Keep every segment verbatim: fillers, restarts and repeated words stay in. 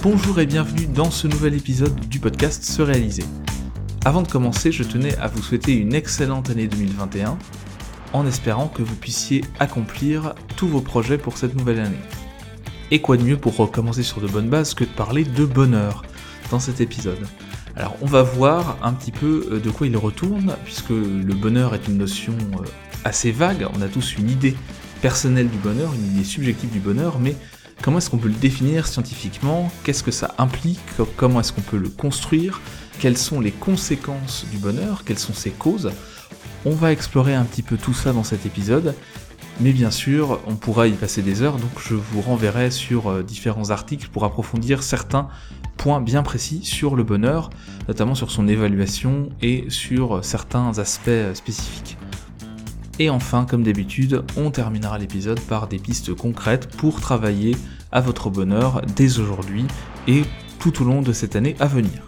Bonjour et bienvenue dans ce nouvel épisode du podcast Se Réaliser. Avant de commencer, je tenais à vous souhaiter une excellente année deux mille vingt et un, en espérant que vous puissiez accomplir tous vos projets pour cette nouvelle année. Et quoi de mieux pour recommencer sur de bonnes bases que de parler de bonheur dans cet épisode. Alors on va voir un petit peu de quoi il retourne, puisque le bonheur est une notion assez vague, on a tous une idée personnelle du bonheur, une idée subjective du bonheur, mais comment est-ce qu'on peut le définir scientifiquement? Qu'est-ce que ça implique? Comment est-ce qu'on peut le construire? Quelles sont les conséquences du bonheur? Quelles sont ses causes? On va explorer un petit peu tout ça dans cet épisode, mais bien sûr, on pourra y passer des heures, donc je vous renverrai sur différents articles pour approfondir certains points bien précis sur le bonheur, notamment sur son évaluation et sur certains aspects spécifiques. Et enfin, comme d'habitude, on terminera l'épisode par des pistes concrètes pour travailler à votre bonheur dès aujourd'hui et tout au long de cette année à venir.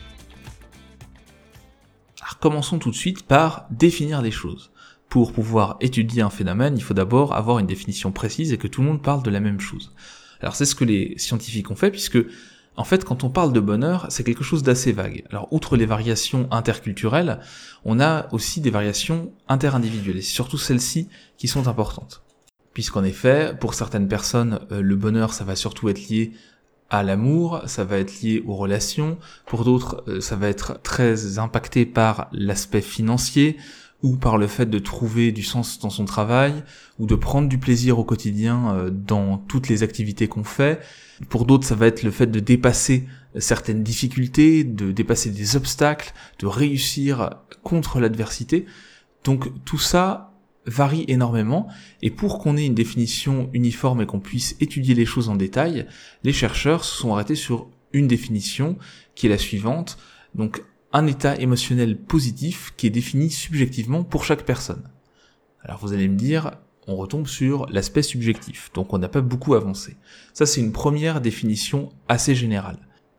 Alors, commençons tout de suite par définir les choses. Pour pouvoir étudier un phénomène, il faut d'abord avoir une définition précise et que tout le monde parle de la même chose. Alors c'est ce que les scientifiques ont fait, puisque en fait, quand on parle de bonheur, c'est quelque chose d'assez vague. Alors, outre les variations interculturelles, on a aussi des variations interindividuelles, et c'est surtout celles-ci qui sont importantes. Puisqu'en effet, pour certaines personnes, le bonheur, ça va surtout être lié à l'amour, ça va être lié aux relations, pour d'autres, ça va être très impacté par l'aspect financier, ou par le fait de trouver du sens dans son travail, ou de prendre du plaisir au quotidien dans toutes les activités qu'on fait. Pour d'autres, ça va être le fait de dépasser certaines difficultés, de dépasser des obstacles, de réussir contre l'adversité. Donc tout ça varie énormément, et pour qu'on ait une définition uniforme et qu'on puisse étudier les choses en détail, les chercheurs se sont arrêtés sur une définition qui est la suivante. Donc un état émotionnel positif qui est défini subjectivement pour chaque personne. Alors vous allez me dire, on retombe sur l'aspect subjectif, donc on n'a pas beaucoup avancé. Ça, c'est une première définition assez générale.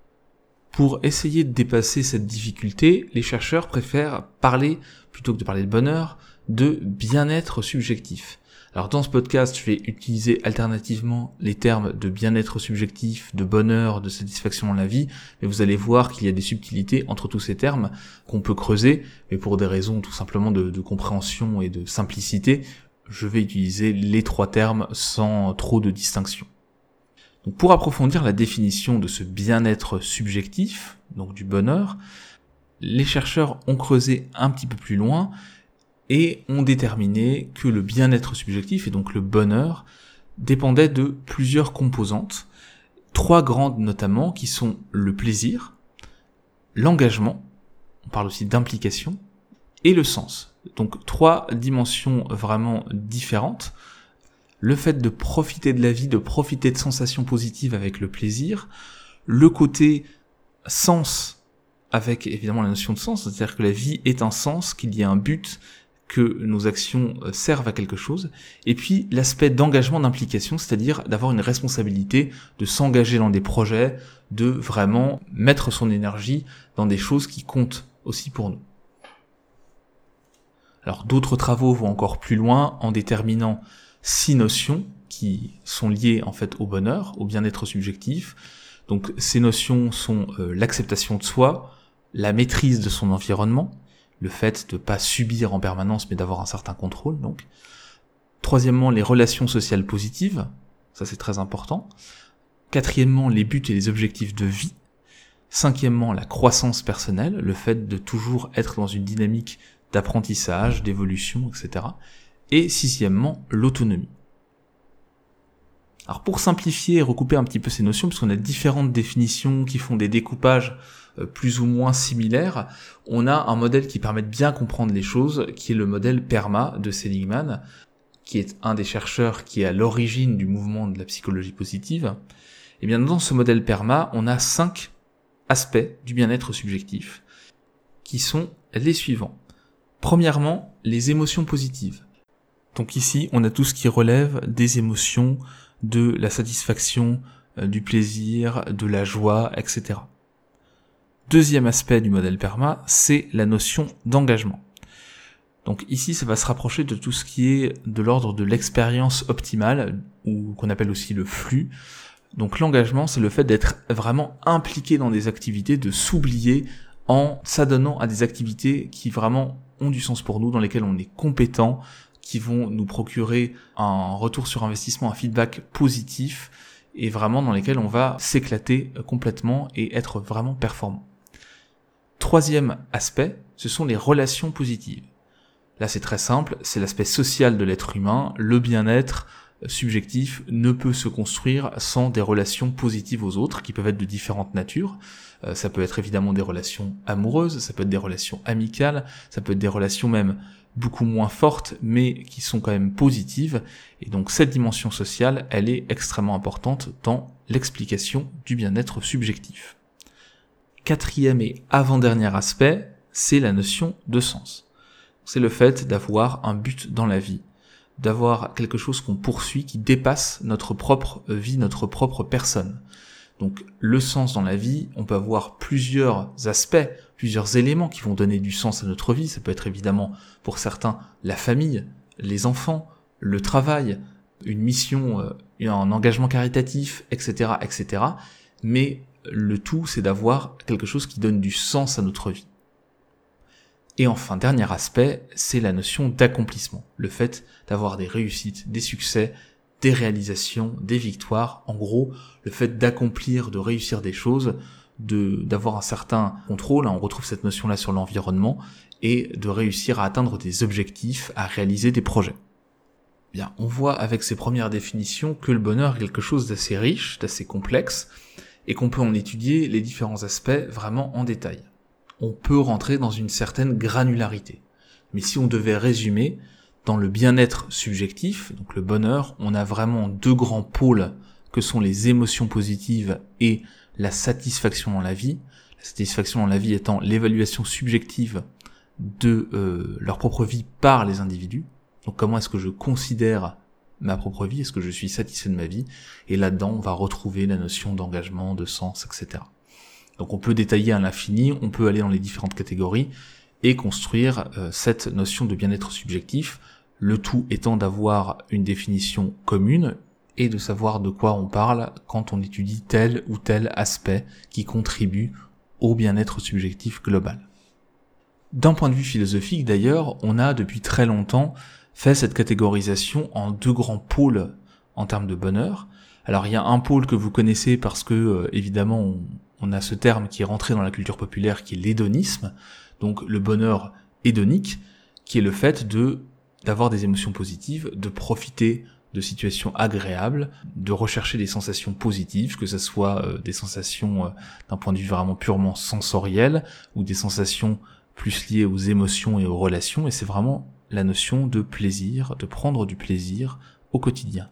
Pour essayer de dépasser cette difficulté, les chercheurs préfèrent parler, plutôt que de parler de bonheur, de bien-être subjectif. Alors dans ce podcast, je vais utiliser alternativement les termes de bien-être subjectif, de bonheur, de satisfaction dans la vie, mais vous allez voir qu'il y a des subtilités entre tous ces termes qu'on peut creuser, mais pour des raisons tout simplement de, de compréhension et de simplicité, je vais utiliser les trois termes sans trop de distinction. Donc pour approfondir la définition de ce bien-être subjectif, donc du bonheur, les chercheurs ont creusé un petit peu plus loin et ont déterminé que le bien-être subjectif, et donc le bonheur, dépendait de plusieurs composantes, trois grandes notamment, qui sont le plaisir, l'engagement, on parle aussi d'implication, et le sens. Donc trois dimensions vraiment différentes. Le fait de profiter de la vie, de profiter de sensations positives avec le plaisir, le côté sens avec évidemment la notion de sens, c'est-à-dire que la vie est un sens, qu'il y a un but, que nos actions servent à quelque chose, et puis l'aspect d'engagement, d'implication, c'est-à-dire d'avoir une responsabilité, de s'engager dans des projets, de vraiment mettre son énergie dans des choses qui comptent aussi pour nous. Alors d'autres travaux vont encore plus loin en déterminant six notions qui sont liées en fait au bonheur, au bien-être subjectif. Donc ces notions sont euh, l'acceptation de soi, la maîtrise de son environnement, le fait de pas subir en permanence mais d'avoir un certain contrôle donc. Troisièmement, les relations sociales positives, ça c'est très important. Quatrièmement, les buts et les objectifs de vie. Cinquièmement, la croissance personnelle, le fait de toujours être dans une dynamique d'apprentissage, d'évolution, et cetera. Et sixièmement, l'autonomie. Alors pour simplifier et recouper un petit peu ces notions, puisqu'on a différentes définitions qui font des découpages plus ou moins similaires, on a un modèle qui permet de bien comprendre les choses, qui est le modèle PERMA de Seligman, qui est un des chercheurs qui est à l'origine du mouvement de la psychologie positive. Et bien dans ce modèle PERMA, on a cinq aspects du bien-être subjectif, qui sont les suivants. Premièrement, les émotions positives. Donc ici, on a tout ce qui relève des émotions, de la satisfaction, euh, du plaisir, de la joie, et cetera. Deuxième aspect du modèle PERMA, c'est la notion d'engagement. Donc ici, ça va se rapprocher de tout ce qui est de l'ordre de l'expérience optimale, ou qu'on appelle aussi le flux, Donc l'engagement, c'est le fait d'être vraiment impliqué dans des activités, de s'oublier en s'adonnant à des activités qui vraiment ont du sens pour nous, dans lesquelles on est compétent, qui vont nous procurer un retour sur investissement, un feedback positif, et vraiment dans lesquelles on va s'éclater complètement et être vraiment performant. Troisième aspect, ce sont les relations positives. Là, c'est très simple, c'est l'aspect social de l'être humain. Le bien-être subjectif ne peut se construire sans des relations positives aux autres, qui peuvent être de différentes natures. Euh, ça peut être évidemment des relations amoureuses, ça peut être des relations amicales, ça peut être des relations même beaucoup moins fortes, mais qui sont quand même positives. Et donc cette dimension sociale, elle est extrêmement importante dans l'explication du bien-être subjectif. Quatrième et avant-dernier aspect, c'est la notion de sens. C'est le fait d'avoir un but dans la vie, d'avoir quelque chose qu'on poursuit qui dépasse notre propre vie, notre propre personne. Donc le sens dans la vie, on peut avoir plusieurs aspects, plusieurs éléments qui vont donner du sens à notre vie. Ça peut être évidemment pour certains la famille, les enfants, le travail, une mission, un engagement caritatif, et cetera, et cetera. Mais le tout, c'est d'avoir quelque chose qui donne du sens à notre vie. Et enfin, dernier aspect, c'est la notion d'accomplissement. Le fait d'avoir des réussites, des succès, des réalisations, des victoires. En gros, le fait d'accomplir, de réussir des choses, de d'avoir un certain contrôle. On retrouve cette notion-là sur l'environnement et de réussir à atteindre des objectifs, à réaliser des projets. Bien, on voit avec ces premières définitions que le bonheur est quelque chose d'assez riche, d'assez complexe, et qu'on peut en étudier les différents aspects vraiment en détail. On peut rentrer dans une certaine granularité. Mais si on devait résumer, dans le bien-être subjectif, donc le bonheur, on a vraiment deux grands pôles que sont les émotions positives et la satisfaction dans la vie. La satisfaction dans la vie étant l'évaluation subjective de euh, leur propre vie par les individus. Donc comment est-ce que je considère ma propre vie, est-ce que je suis satisfait de ma vie? Et là-dedans, on va retrouver la notion d'engagement, de sens, et cetera. Donc on peut détailler à l'infini, on peut aller dans les différentes catégories et construire euh, cette notion de bien-être subjectif, le tout étant d'avoir une définition commune et de savoir de quoi on parle quand on étudie tel ou tel aspect qui contribue au bien-être subjectif global. D'un point de vue philosophique d'ailleurs, on a depuis très longtemps fait cette catégorisation en deux grands pôles en termes de bonheur. Alors il y a un pôle que vous connaissez parce que euh, évidemment on, on a ce terme qui est rentré dans la culture populaire qui est l'hédonisme, donc le bonheur hédonique, qui est le fait de d'avoir des émotions positives, de profiter de situations agréables, de rechercher des sensations positives, que ce soit euh, des sensations euh, d'un point de vue vraiment purement sensoriel ou des sensations plus liées aux émotions et aux relations, et c'est vraiment la notion de plaisir, de prendre du plaisir au quotidien.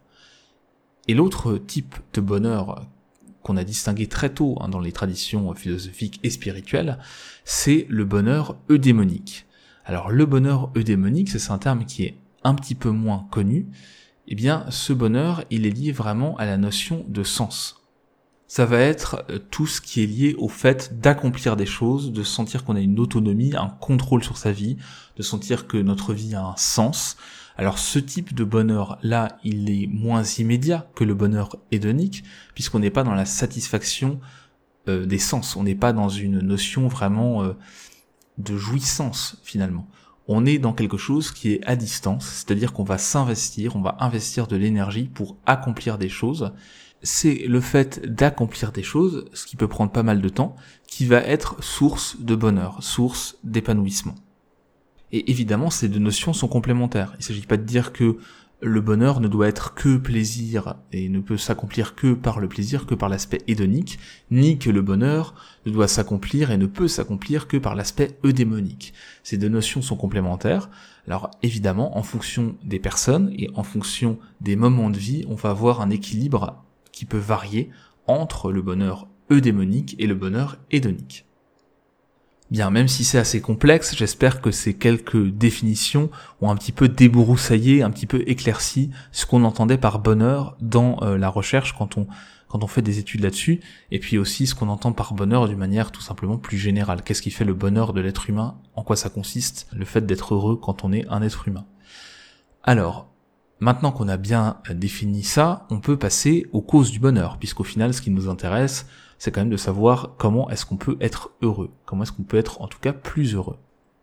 Et l'autre type de bonheur qu'on a distingué très tôt hein, dans les traditions philosophiques et spirituelles, c'est le bonheur eudémonique. Alors le bonheur eudémonique, c'est un terme qui est un petit peu moins connu. Eh bien, ce bonheur, il est lié vraiment à la notion de sens. Ça va être tout ce qui est lié au fait d'accomplir des choses, de sentir qu'on a une autonomie, un contrôle sur sa vie, de sentir que notre vie a un sens. Alors ce type de bonheur-là, il est moins immédiat que le bonheur hédonique, puisqu'on n'est pas dans la satisfaction euh, des sens, on n'est pas dans une notion vraiment euh, de jouissance finalement. On est dans quelque chose qui est à distance, c'est-à-dire qu'on va s'investir, on va investir de l'énergie pour accomplir des choses. C'est le fait d'accomplir des choses, ce qui peut prendre pas mal de temps, qui va être source de bonheur, source d'épanouissement. Et évidemment, ces deux notions sont complémentaires. Il ne s'agit pas de dire que le bonheur ne doit être que plaisir et ne peut s'accomplir que par le plaisir, que par l'aspect hédonique, ni que le bonheur ne doit s'accomplir et ne peut s'accomplir que par l'aspect eudémonique. Ces deux notions sont complémentaires. Alors évidemment, en fonction des personnes et en fonction des moments de vie, on va avoir un équilibre qui peut varier entre le bonheur eudémonique et le bonheur hédonique. Bien, même si c'est assez complexe, j'espère que ces quelques définitions ont un petit peu débroussaillé, un petit peu éclairci ce qu'on entendait par bonheur dans euh, la recherche quand on quand on fait des études là-dessus, et puis aussi ce qu'on entend par bonheur d'une manière tout simplement plus générale. Qu'est-ce qui fait le bonheur de l'être humain? En quoi ça consiste, le fait d'être heureux quand on est un être humain? Alors, Maintenant qu'on a bien défini ça, on peut passer aux causes du bonheur, puisqu'au final, ce qui nous intéresse, c'est quand même de savoir comment est-ce qu'on peut être heureux, comment est-ce qu'on peut être en tout cas plus heureux.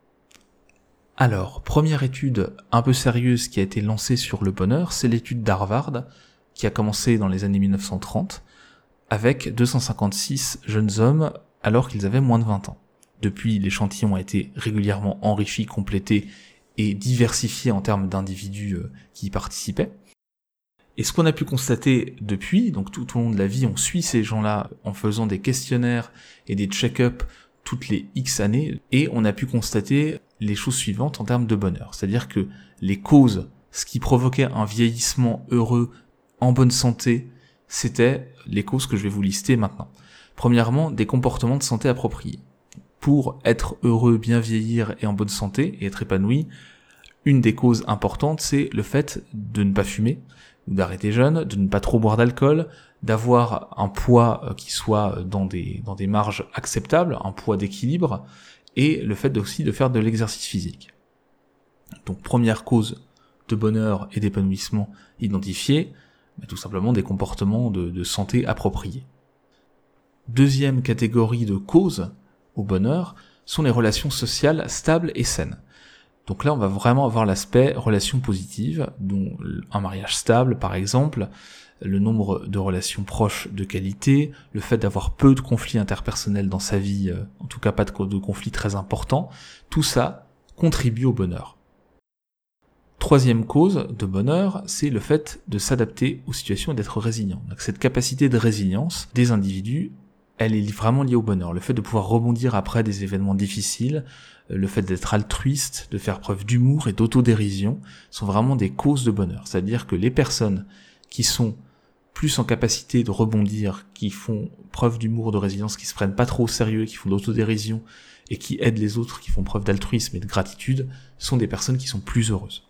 Alors, première étude un peu sérieuse qui a été lancée sur le bonheur, c'est l'étude d'Harvard, qui a commencé dans les années mille neuf cent trente, avec deux cent cinquante-six jeunes hommes alors qu'ils avaient moins de vingt ans. Depuis, l'échantillon a été régulièrement enrichi, complété et diversifié en termes d'individus qui y participaient. Et ce qu'on a pu constater depuis, donc tout au long de la vie, on suit ces gens-là en faisant des questionnaires et des check-up toutes les X années, et on a pu constater les choses suivantes en termes de bonheur. C'est-à-dire que les causes, ce qui provoquait un vieillissement heureux, en bonne santé, c'était les causes que je vais vous lister maintenant. Premièrement, des comportements de santé appropriés. Pour être heureux, bien vieillir et en bonne santé, et être épanoui, une des causes importantes, c'est le fait de ne pas fumer, d'arrêter jeune, de ne pas trop boire d'alcool, d'avoir un poids qui soit dans des, dans des marges acceptables, un poids d'équilibre, et le fait aussi de faire de l'exercice physique. Donc première cause de bonheur et d'épanouissement identifiée, bah, tout simplement des comportements de, de santé appropriés. Deuxième catégorie de causes au bonheur sont les relations sociales stables et saines. Donc là, on va vraiment avoir l'aspect relations positives, dont un mariage stable, par exemple, le nombre de relations proches de qualité, le fait d'avoir peu de conflits interpersonnels dans sa vie, en tout cas pas de, de conflits très importants, tout ça contribue au bonheur. Troisième cause de bonheur, c'est le fait de s'adapter aux situations et d'être résilient. Donc cette capacité de résilience des individus, elle est vraiment liée au bonheur. Le fait de pouvoir rebondir après des événements difficiles, le fait d'être altruiste, de faire preuve d'humour et d'autodérision, sont vraiment des causes de bonheur. C'est-à-dire que les personnes qui sont plus en capacité de rebondir, qui font preuve d'humour, de résilience, qui se prennent pas trop au sérieux, qui font de l'autodérision et qui aident les autres, qui font preuve d'altruisme et de gratitude, sont des personnes qui sont plus heureuses.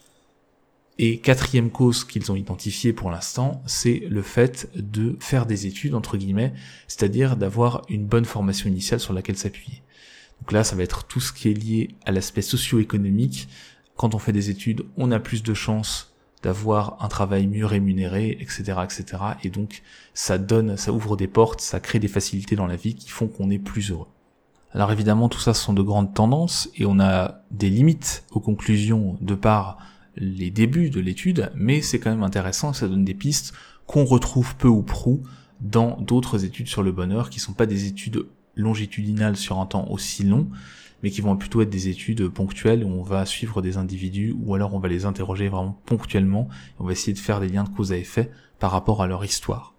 Et quatrième cause qu'ils ont identifiée pour l'instant, c'est le fait de faire des études, entre guillemets, c'est-à-dire d'avoir une bonne formation initiale sur laquelle s'appuyer. Donc là, ça va être tout ce qui est lié à l'aspect socio-économique. Quand on fait des études, on a plus de chances d'avoir un travail mieux rémunéré, et cetera, et cetera. Et donc, ça donne, ça ouvre des portes, ça crée des facilités dans la vie qui font qu'on est plus heureux. Alors évidemment, tout ça, ce sont de grandes tendances et on a des limites aux conclusions de par les débuts de l'étude, mais c'est quand même intéressant, ça donne des pistes qu'on retrouve peu ou prou dans d'autres études sur le bonheur, qui sont pas des études longitudinales sur un temps aussi long, mais qui vont plutôt être des études ponctuelles où on va suivre des individus, ou alors on va les interroger vraiment ponctuellement, et on va essayer de faire des liens de cause à effet par rapport à leur histoire.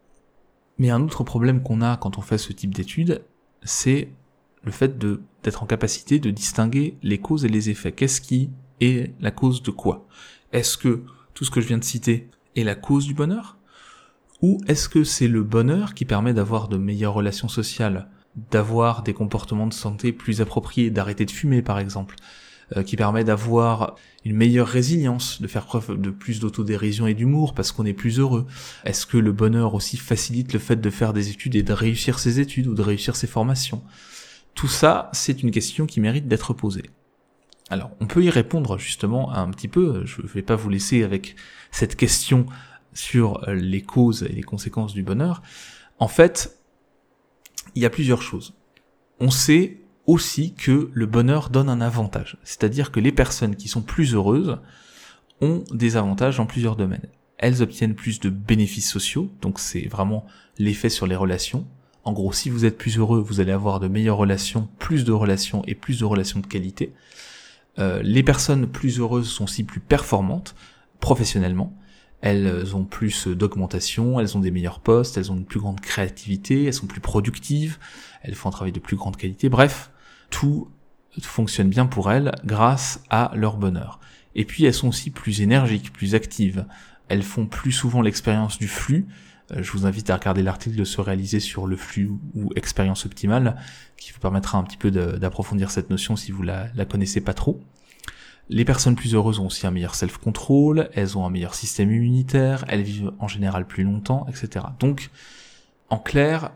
Mais un autre problème qu'on a quand on fait ce type d'études, c'est le fait de, d'être en capacité de distinguer les causes et les effets. Qu'est-ce qui est la cause de quoi? Est-ce que tout ce que je viens de citer est la cause du bonheur? Ou est-ce que c'est le bonheur qui permet d'avoir de meilleures relations sociales, d'avoir des comportements de santé plus appropriés, d'arrêter de fumer par exemple, euh, qui permet d'avoir une meilleure résilience, de faire preuve de plus d'autodérision et d'humour parce qu'on est plus heureux? Est-ce que le bonheur aussi facilite le fait de faire des études et de réussir ses études ou de réussir ses formations? Tout ça, c'est une question qui mérite d'être posée. Alors, on peut y répondre justement un petit peu, je ne vais pas vous laisser avec cette question sur les causes et les conséquences du bonheur. En fait, il y a plusieurs choses. On sait aussi que le bonheur donne un avantage, c'est-à-dire que les personnes qui sont plus heureuses ont des avantages dans plusieurs domaines. Elles obtiennent plus de bénéfices sociaux, donc c'est vraiment l'effet sur les relations. En gros, si vous êtes plus heureux, vous allez avoir de meilleures relations, plus de relations et plus de relations de qualité. Euh, les personnes plus heureuses sont aussi plus performantes professionnellement. Elles ont plus d'augmentation, elles ont des meilleurs postes, elles ont une plus grande créativité, elles sont plus productives, elles font un travail de plus grande qualité. Bref, tout fonctionne bien pour elles grâce à leur bonheur. Et puis elles sont aussi plus énergiques, plus actives. Elles font plus souvent l'expérience du flux. Je vous invite à regarder l'article de Se réaliser sur le flux ou expérience optimale, qui vous permettra un petit peu de, d'approfondir cette notion si vous la, la connaissez pas trop. Les personnes plus heureuses ont aussi un meilleur self-control, elles ont un meilleur système immunitaire, elles vivent en général plus longtemps, et cetera. Donc, en clair,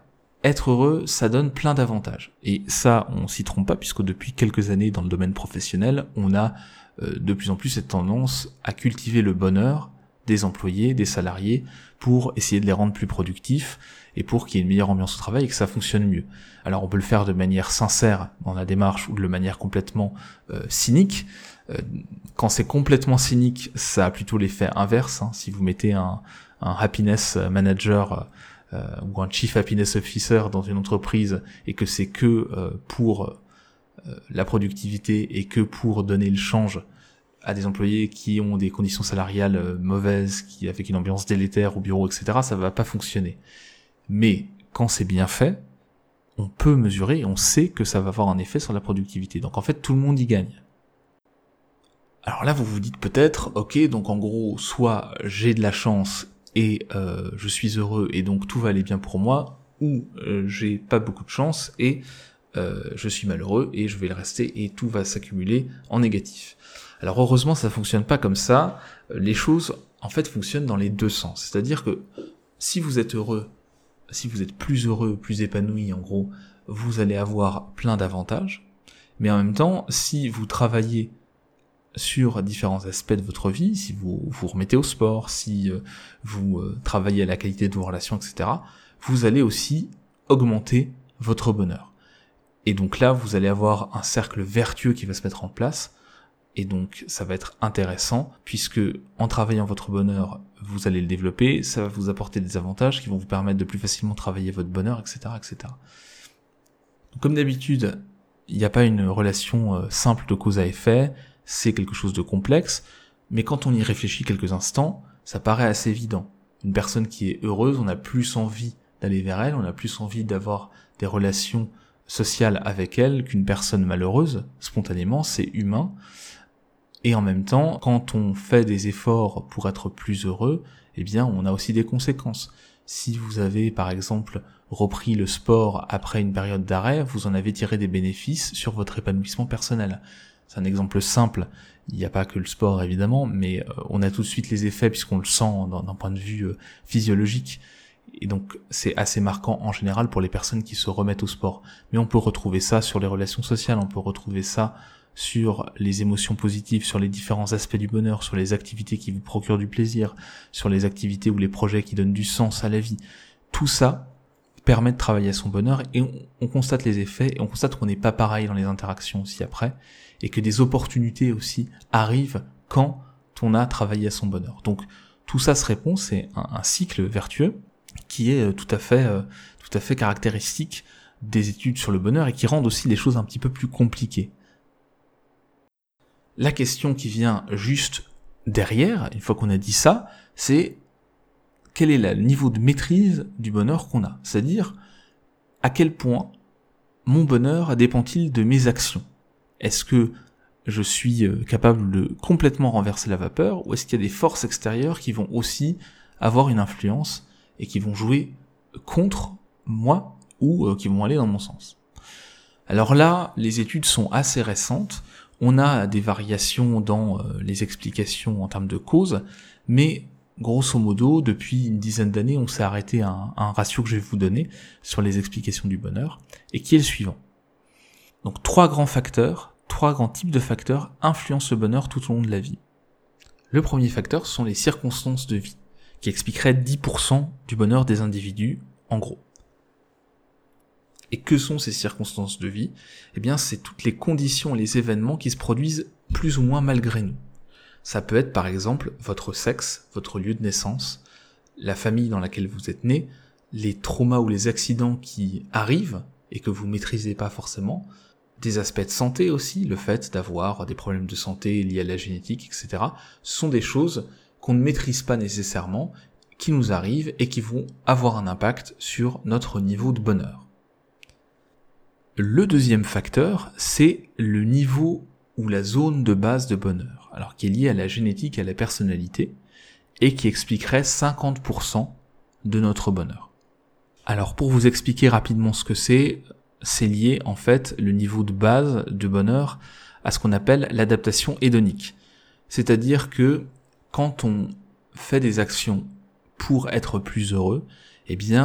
être heureux, ça donne plein d'avantages. Et ça, on s'y trompe pas, puisque depuis quelques années dans le domaine professionnel, on a euh, de plus en plus cette tendance à cultiver le bonheur des employés, des salariés, pour essayer de les rendre plus productifs et pour qu'il y ait une meilleure ambiance au travail et que ça fonctionne mieux. Alors on peut le faire de manière sincère dans la démarche ou de manière complètement euh, cynique. Euh, quand c'est complètement cynique, ça a plutôt l'effet inverse. Hein. Si vous mettez un, un happiness manager euh, ou un chief happiness officer dans une entreprise et que c'est que euh, pour euh, la productivité et que pour donner le change à des employés qui ont des conditions salariales euh, mauvaises, qui avec une ambiance délétère au bureau, et cetera, ça va pas fonctionner. Mais quand c'est bien fait, on peut mesurer et on sait que ça va avoir un effet sur la productivité. Donc en fait, tout le monde y gagne. Alors là, vous vous dites peut-être, ok, donc en gros, soit j'ai de la chance et euh, je suis heureux et donc tout va aller bien pour moi, ou euh, j'ai pas beaucoup de chance et euh, je suis malheureux et je vais le rester et tout va s'accumuler en négatif. Alors heureusement, ça fonctionne pas comme ça. Les choses, en fait, fonctionnent dans les deux sens. C'est-à-dire que si vous êtes heureux, si vous êtes plus heureux, plus épanoui, en gros, vous allez avoir plein d'avantages. Mais en même temps, si vous travaillez sur différents aspects de votre vie, si vous vous remettez au sport, si euh, vous euh, travaillez à la qualité de vos relations, et cetera, vous allez aussi augmenter votre bonheur. Et donc là, vous allez avoir un cercle vertueux qui va se mettre en place, et donc ça va être intéressant, puisque en travaillant votre bonheur, vous allez le développer, ça va vous apporter des avantages qui vont vous permettre de plus facilement travailler votre bonheur, et cetera, et cetera. Donc, comme d'habitude, il n'y a pas une relation euh, simple de cause à effet, c'est quelque chose de complexe, mais quand on y réfléchit quelques instants, ça paraît assez évident. Une personne qui est heureuse, on a plus envie d'aller vers elle, on a plus envie d'avoir des relations sociales avec elle qu'une personne malheureuse, spontanément, c'est humain. Et en même temps, quand on fait des efforts pour être plus heureux, eh bien, on a aussi des conséquences. Si vous avez, par exemple, repris le sport après une période d'arrêt, vous en avez tiré des bénéfices sur votre épanouissement personnel. C'est un exemple simple. Il n'y a pas que le sport, évidemment, mais euh, on a tout de suite les effets puisqu'on le sent d'un point de vue euh, physiologique. Et donc, c'est assez marquant en général pour les personnes qui se remettent au sport. Mais on peut retrouver ça sur les relations sociales, on peut retrouver ça sur les émotions positives, sur les différents aspects du bonheur, sur les activités qui vous procurent du plaisir, sur les activités ou les projets qui donnent du sens à la vie. Tout ça permet de travailler à son bonheur et on, on constate les effets et on constate qu'on n'est pas pareil dans les interactions aussi après et que des opportunités aussi arrivent quand on a travaillé à son bonheur. Donc tout ça se répond, c'est un, un cycle vertueux qui est tout à fait, euh, tout à fait caractéristique des études sur le bonheur et qui rendent aussi les choses un petit peu plus compliquées. La question qui vient juste derrière, une fois qu'on a dit ça, c'est quel est le niveau de maîtrise du bonheur qu'on a ? C'est-à-dire, à quel point mon bonheur dépend-il de mes actions ? Est-ce que je suis capable de complètement renverser la vapeur ou est-ce qu'il y a des forces extérieures qui vont aussi avoir une influence et qui vont jouer contre moi ou euh, qui vont aller dans mon sens ? Alors là, les études sont assez récentes. On a des variations dans euh, les explications en termes de causes, mais grosso modo, depuis une dizaine d'années, on s'est arrêté à un, à un ratio que je vais vous donner sur les explications du bonheur, et qui est le suivant. Donc trois grands facteurs, trois grands types de facteurs influencent le bonheur tout au long de la vie. Le premier facteur, ce sont les circonstances de vie, qui expliqueraient dix pour cent du bonheur des individus, en gros. Et que sont ces circonstances de vie ? Eh bien, c'est toutes les conditions et les événements qui se produisent plus ou moins malgré nous. Ça peut être par exemple votre sexe, votre lieu de naissance, la famille dans laquelle vous êtes né, les traumas ou les accidents qui arrivent et que vous maîtrisez pas forcément, des aspects de santé aussi, le fait d'avoir des problèmes de santé liés à la génétique, et cetera, sont des choses qu'on ne maîtrise pas nécessairement, qui nous arrivent et qui vont avoir un impact sur notre niveau de bonheur. Le deuxième facteur, c'est le niveau ou la zone de base de bonheur, alors qui est liée à la génétique et à la personnalité, et qui expliquerait cinquante pour cent de notre bonheur. Alors pour vous expliquer rapidement ce que c'est, c'est lié en fait le niveau de base de bonheur à ce qu'on appelle l'adaptation hédonique. C'est-à-dire que quand on fait des actions pour être plus heureux, eh bien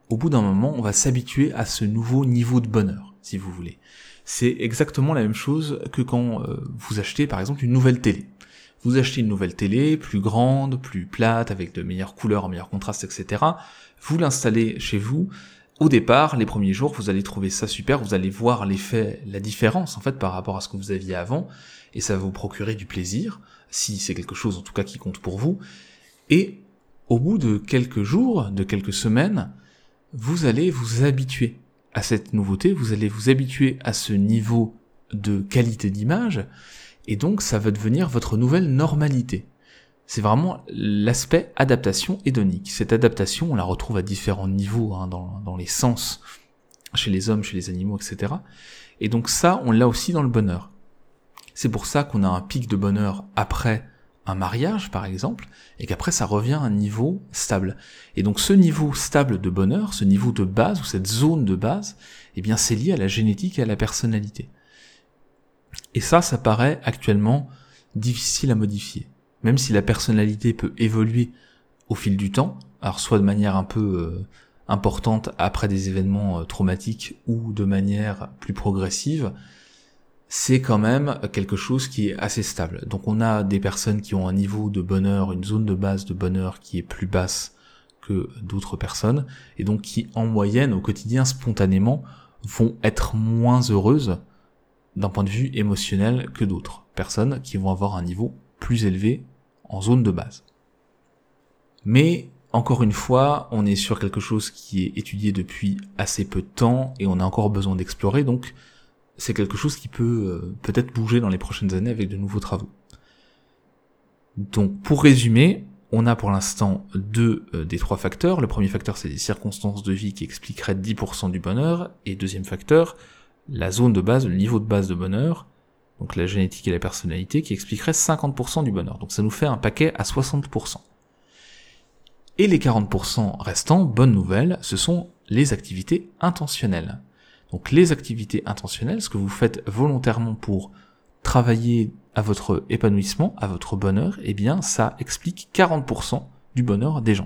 au bout d'un moment, on va s'habituer à ce nouveau niveau de bonheur, si vous voulez. C'est exactement la même chose que quand euh, vous achetez par exemple une nouvelle télé. Vous achetez une nouvelle télé, plus grande, plus plate, avec de meilleures couleurs, un meilleur contraste, et cetera. Vous l'installez chez vous. Au départ, les premiers jours, vous allez trouver ça super, vous allez voir l'effet, la différence en fait par rapport à ce que vous aviez avant, et ça va vous procurer du plaisir, si c'est quelque chose en tout cas qui compte pour vous. Et au bout de quelques jours, de quelques semaines, vous allez vous habituer à cette nouveauté, vous allez vous habituer à ce niveau de qualité d'image, et donc ça va devenir votre nouvelle normalité. C'est vraiment l'aspect adaptation hédonique. Cette adaptation, on la retrouve à différents niveaux, hein, dans, dans les sens, chez les hommes, chez les animaux, et cetera. Et donc ça, on l'a aussi dans le bonheur. C'est pour ça qu'on a un pic de bonheur après un mariage, par exemple, et qu'après ça revient à un niveau stable. Et donc ce niveau stable de bonheur, ce niveau de base, ou cette zone de base, eh bien c'est lié à la génétique et à la personnalité. Et ça, ça paraît actuellement difficile à modifier. Même si la personnalité peut évoluer au fil du temps, alors soit de manière un peu euh, importante après des événements euh, traumatiques ou de manière plus progressive, c'est quand même quelque chose qui est assez stable. Donc on a des personnes qui ont un niveau de bonheur, une zone de base de bonheur qui est plus basse que d'autres personnes, et donc qui en moyenne au quotidien spontanément vont être moins heureuses d'un point de vue émotionnel que d'autres personnes qui vont avoir un niveau plus élevé en zone de base. Mais, encore une fois, on est sur quelque chose qui est étudié depuis assez peu de temps et on a encore besoin d'explorer, donc c'est quelque chose qui peut euh, peut-être bouger dans les prochaines années avec de nouveaux travaux. Donc, pour résumer, on a pour l'instant deux euh, des trois facteurs. Le premier facteur, c'est les circonstances de vie qui expliqueraient dix pour cent du bonheur, et deuxième facteur, la zone de base, le niveau de base de bonheur, donc la génétique et la personnalité, qui expliquerait cinquante pour cent du bonheur. Donc ça nous fait un paquet à soixante pour cent. Et les quarante pour cent restants, bonne nouvelle, ce sont les activités intentionnelles. Donc les activités intentionnelles, ce que vous faites volontairement pour travailler à votre épanouissement, à votre bonheur, eh bien ça explique quarante pour cent du bonheur des gens.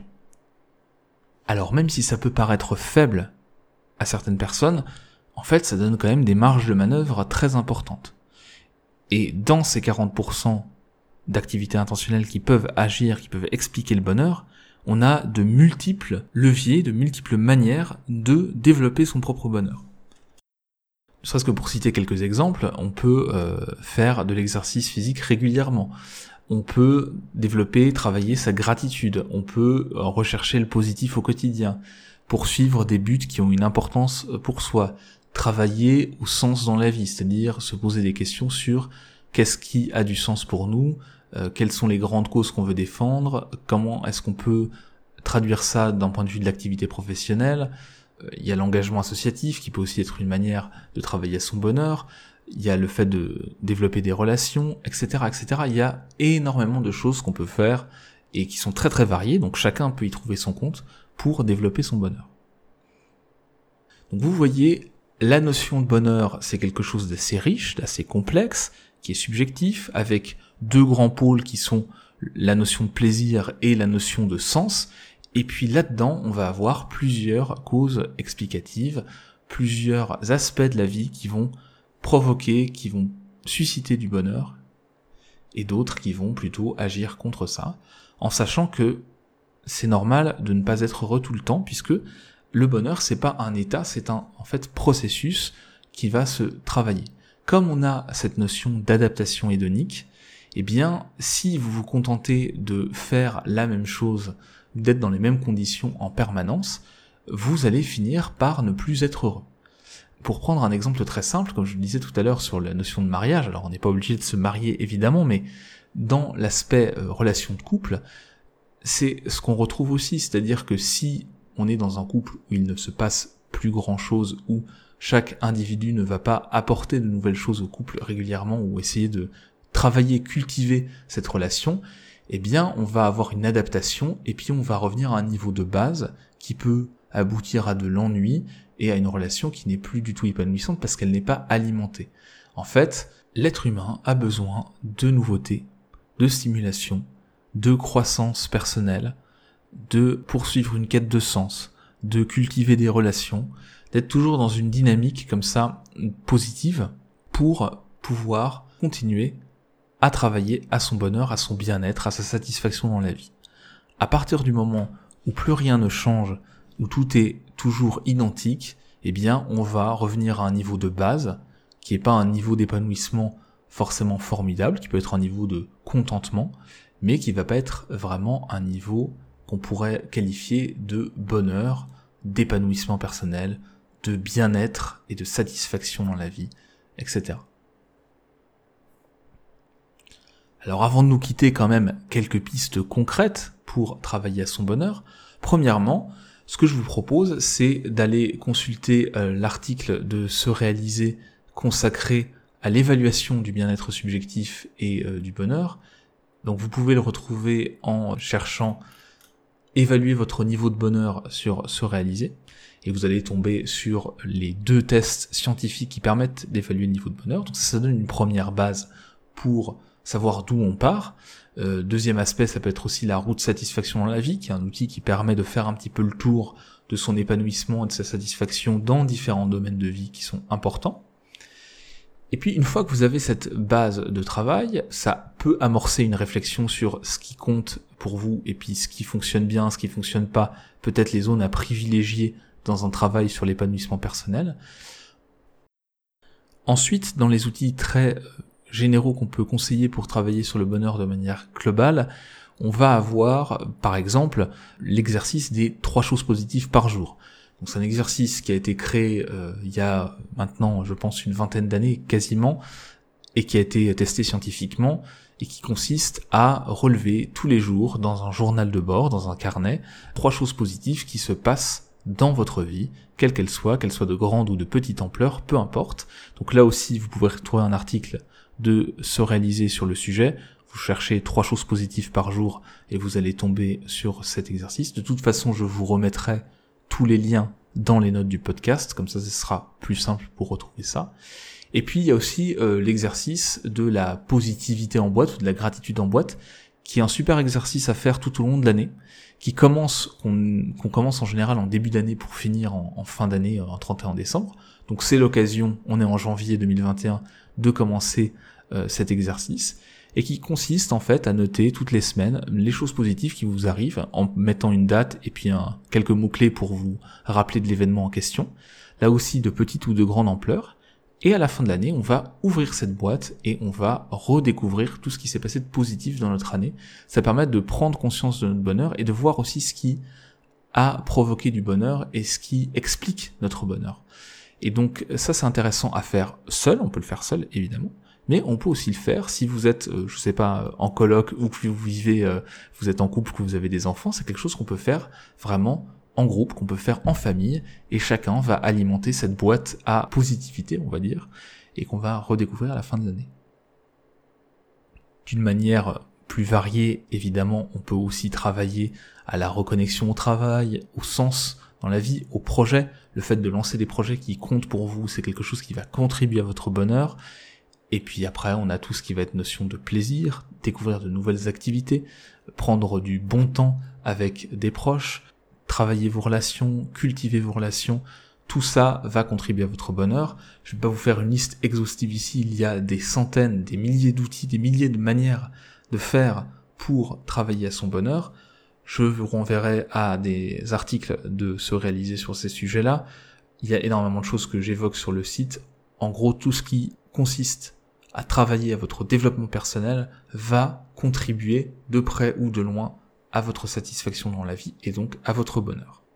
Alors même si ça peut paraître faible à certaines personnes, en fait ça donne quand même des marges de manœuvre très importantes. Et dans ces quarante pour cent d'activités intentionnelles qui peuvent agir, qui peuvent expliquer le bonheur, on a de multiples leviers, de multiples manières de développer son propre bonheur. Ne serait-ce que pour citer quelques exemples, on peut euh, faire de l'exercice physique régulièrement, on peut développer, travailler sa gratitude, on peut euh, rechercher le positif au quotidien, poursuivre des buts qui ont une importance pour soi, travailler au sens dans la vie, c'est-à-dire se poser des questions sur qu'est-ce qui a du sens pour nous, euh, quelles sont les grandes causes qu'on veut défendre, comment est-ce qu'on peut traduire ça d'un point de vue de l'activité professionnelle. Euh, il y a l'engagement associatif qui peut aussi être une manière de travailler à son bonheur, il y a le fait de développer des relations, et cetera, et cetera. Il y a énormément de choses qu'on peut faire et qui sont très très variées, donc chacun peut y trouver son compte pour développer son bonheur. Donc vous voyez, la notion de bonheur, c'est quelque chose d'assez riche, d'assez complexe, qui est subjectif, avec deux grands pôles qui sont la notion de plaisir et la notion de sens, et puis là-dedans, on va avoir plusieurs causes explicatives, plusieurs aspects de la vie qui vont provoquer, qui vont susciter du bonheur, et d'autres qui vont plutôt agir contre ça, en sachant que c'est normal de ne pas être heureux tout le temps, puisque le bonheur, c'est pas un état, c'est un, en fait, processus qui va se travailler. Comme on a cette notion d'adaptation hédonique, eh bien, si vous vous contentez de faire la même chose, d'être dans les mêmes conditions en permanence, vous allez finir par ne plus être heureux. Pour prendre un exemple très simple, comme je le disais tout à l'heure sur la notion de mariage, alors on n'est pas obligé de se marier évidemment, mais dans l'aspect euh, relation de couple, c'est ce qu'on retrouve aussi, c'est-à-dire que si on est dans un couple où il ne se passe plus grand-chose, où chaque individu ne va pas apporter de nouvelles choses au couple régulièrement ou essayer de travailler, cultiver cette relation, eh bien on va avoir une adaptation et puis on va revenir à un niveau de base qui peut aboutir à de l'ennui et à une relation qui n'est plus du tout épanouissante parce qu'elle n'est pas alimentée. En fait, l'être humain a besoin de nouveautés, de stimulation, de croissance personnelle, de poursuivre une quête de sens, de cultiver des relations, d'être toujours dans une dynamique comme ça positive pour pouvoir continuer à travailler à son bonheur, à son bien-être, à sa satisfaction dans la vie. À partir du moment où plus rien ne change, où tout est toujours identique, eh bien on va revenir à un niveau de base qui n'est pas un niveau d'épanouissement forcément formidable, qui peut être un niveau de contentement, mais qui va pas être vraiment un niveau qu'on pourrait qualifier de bonheur, d'épanouissement personnel, de bien-être et de satisfaction dans la vie, et cetera. Alors avant de nous quitter, quand même quelques pistes concrètes pour travailler à son bonheur. Premièrement, ce que je vous propose, c'est d'aller consulter euh, l'article de Se réaliser consacré à l'évaluation du bien-être subjectif et euh, du bonheur. Donc vous pouvez le retrouver en cherchant évaluer votre niveau de bonheur sur Se réaliser, et vous allez tomber sur les deux tests scientifiques qui permettent d'évaluer le niveau de bonheur. Donc ça, ça donne une première base pour savoir d'où on part. Euh, deuxième aspect, ça peut être aussi la roue de satisfaction dans la vie, qui est un outil qui permet de faire un petit peu le tour de son épanouissement et de sa satisfaction dans différents domaines de vie qui sont importants. Et puis une fois que vous avez cette base de travail, ça peut amorcer une réflexion sur ce qui compte pour vous, et puis ce qui fonctionne bien, ce qui fonctionne pas, peut-être les zones à privilégier dans un travail sur l'épanouissement personnel. Ensuite, dans les outils très généraux qu'on peut conseiller pour travailler sur le bonheur de manière globale, on va avoir, par exemple, l'exercice des trois choses positives par jour. Donc c'est un exercice qui a été créé euh, il y a maintenant, je pense, une vingtaine d'années quasiment, et qui a été testé scientifiquement, et qui consiste à relever tous les jours, dans un journal de bord, dans un carnet, trois choses positives qui se passent dans votre vie, quelle qu'elle soit, qu'elle soit de grande ou de petite ampleur, peu importe. Donc là aussi, vous pouvez retrouver un article de Se réaliser sur le sujet. Vous cherchez trois choses positives par jour et vous allez tomber sur cet exercice. De toute façon, je vous remettrai tous les liens dans les notes du podcast, comme ça ce sera plus simple pour retrouver ça. Et puis il y a aussi euh, l'exercice de la positivité en boîte, ou de la gratitude en boîte, qui est un super exercice à faire tout au long de l'année, qui commence, qu'on, qu'on commence en général en début d'année pour finir en, en fin d'année, en trente et un décembre. Donc c'est l'occasion, on est en janvier deux mille vingt et un, de commencer euh, cet exercice, et qui consiste en fait à noter toutes les semaines les choses positives qui vous arrivent, en mettant une date et puis un, quelques mots-clés pour vous rappeler de l'événement en question, là aussi de petite ou de grande ampleur. Et à la fin de l'année, on va ouvrir cette boîte et on va redécouvrir tout ce qui s'est passé de positif dans notre année. Ça permet de prendre conscience de notre bonheur et de voir aussi ce qui a provoqué du bonheur et ce qui explique notre bonheur. Et donc ça, c'est intéressant à faire seul, on peut le faire seul évidemment, mais on peut aussi le faire si vous êtes, euh, je sais pas, en coloc ou que vous vivez, euh, vous êtes en couple, que vous avez des enfants. C'est quelque chose qu'on peut faire vraiment en groupe, qu'on peut faire en famille, et chacun va alimenter cette boîte à positivité, on va dire, et qu'on va redécouvrir à la fin de l'année. D'une manière plus variée, évidemment, on peut aussi travailler à la reconnexion au travail, au sens dans la vie, au projet. Le fait de lancer des projets qui comptent pour vous, c'est quelque chose qui va contribuer à votre bonheur. Et puis après, on a tout ce qui va être notion de plaisir, découvrir de nouvelles activités, prendre du bon temps avec des proches, travailler vos relations, cultiver vos relations. Tout ça va contribuer à votre bonheur. Je ne vais pas vous faire une liste exhaustive ici, il y a des centaines, des milliers d'outils, des milliers de manières de faire pour travailler à son bonheur. Je vous renverrai à des articles de Se réaliser sur ces sujets-là. Il y a énormément de choses que j'évoque sur le site. En gros, tout ce qui consiste à travailler à votre développement personnel va contribuer de près ou de loin à votre satisfaction dans la vie et donc à votre bonheur.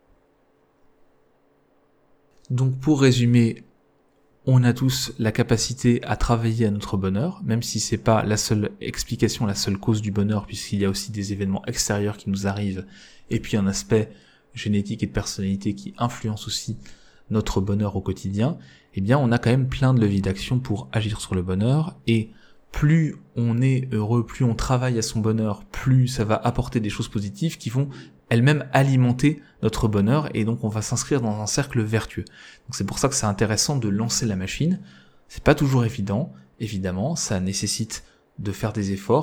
Donc pour résumer, on a tous la capacité à travailler à notre bonheur, même si c'est pas la seule explication, la seule cause du bonheur, puisqu'il y a aussi des événements extérieurs qui nous arrivent, et puis un aspect génétique et de personnalité qui influence aussi notre bonheur au quotidien. Eh bien on a quand même plein de leviers d'action pour agir sur le bonheur, et plus on est heureux, plus on travaille à son bonheur, plus ça va apporter des choses positives qui vont elles-mêmes alimenter notre bonheur, et donc on va s'inscrire dans un cercle vertueux. Donc c'est pour ça que c'est intéressant de lancer la machine. C'est pas toujours évident, évidemment, ça nécessite de faire des efforts.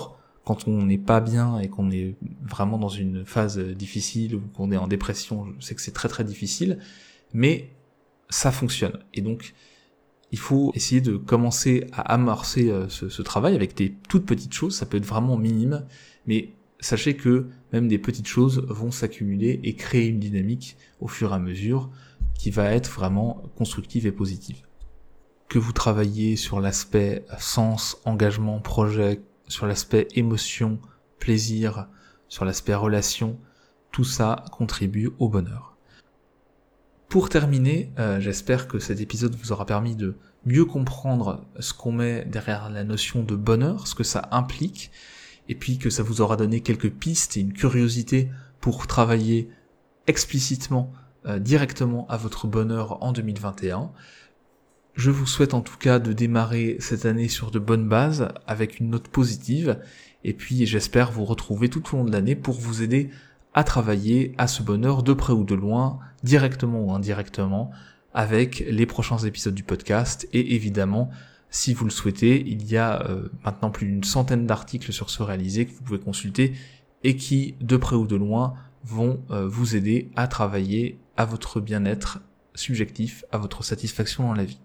quand on n'est pas bien et qu'on est vraiment dans une phase difficile ou qu'on est en dépression, je sais que c'est très très difficile, mais ça fonctionne. Et donc, il faut essayer de commencer à amorcer ce, ce travail avec des toutes petites choses, ça peut être vraiment minime, mais sachez que même des petites choses vont s'accumuler et créer une dynamique au fur et à mesure qui va être vraiment constructive et positive. Que vous travaillez sur l'aspect sens, engagement, projet, sur l'aspect émotion, plaisir, sur l'aspect relation, tout ça contribue au bonheur. Pour terminer, euh, j'espère que cet épisode vous aura permis de mieux comprendre ce qu'on met derrière la notion de bonheur, ce que ça implique, et puis que ça vous aura donné quelques pistes et une curiosité pour travailler explicitement, euh, directement à votre bonheur en deux mille vingt et un. Je vous souhaite en tout cas de démarrer cette année sur de bonnes bases, avec une note positive, et puis j'espère vous retrouver tout au long de l'année pour vous aider à travailler à ce bonheur de près ou de loin, directement ou indirectement, avec les prochains épisodes du podcast. Et évidemment, si vous le souhaitez, il y a euh, maintenant plus d'une centaine d'articles sur Se Réaliser que vous pouvez consulter et qui, de près ou de loin, vont euh, vous aider à travailler à votre bien-être subjectif, à votre satisfaction dans la vie.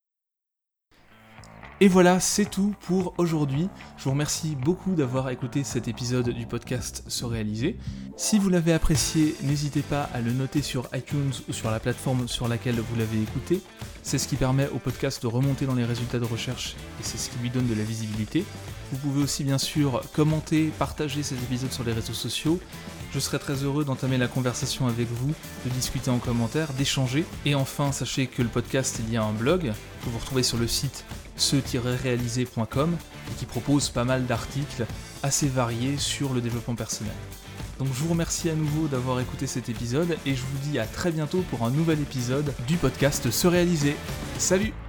Et voilà, c'est tout pour aujourd'hui. Je vous remercie beaucoup d'avoir écouté cet épisode du podcast Se Réaliser. Si vous l'avez apprécié, n'hésitez pas à le noter sur iTunes ou sur la plateforme sur laquelle vous l'avez écouté. C'est ce qui permet au podcast de remonter dans les résultats de recherche et c'est ce qui lui donne de la visibilité. Vous pouvez aussi bien sûr commenter, partager cet épisode sur les réseaux sociaux. Je serai très heureux d'entamer la conversation avec vous, de discuter en commentaire, d'échanger. Et enfin, sachez que le podcast, il y a un blog que vous retrouvez sur le site se tiret réaliser point com et qui propose pas mal d'articles assez variés sur le développement personnel. Donc je vous remercie à nouveau d'avoir écouté cet épisode et je vous dis à très bientôt pour un nouvel épisode du podcast Se Réaliser. Salut!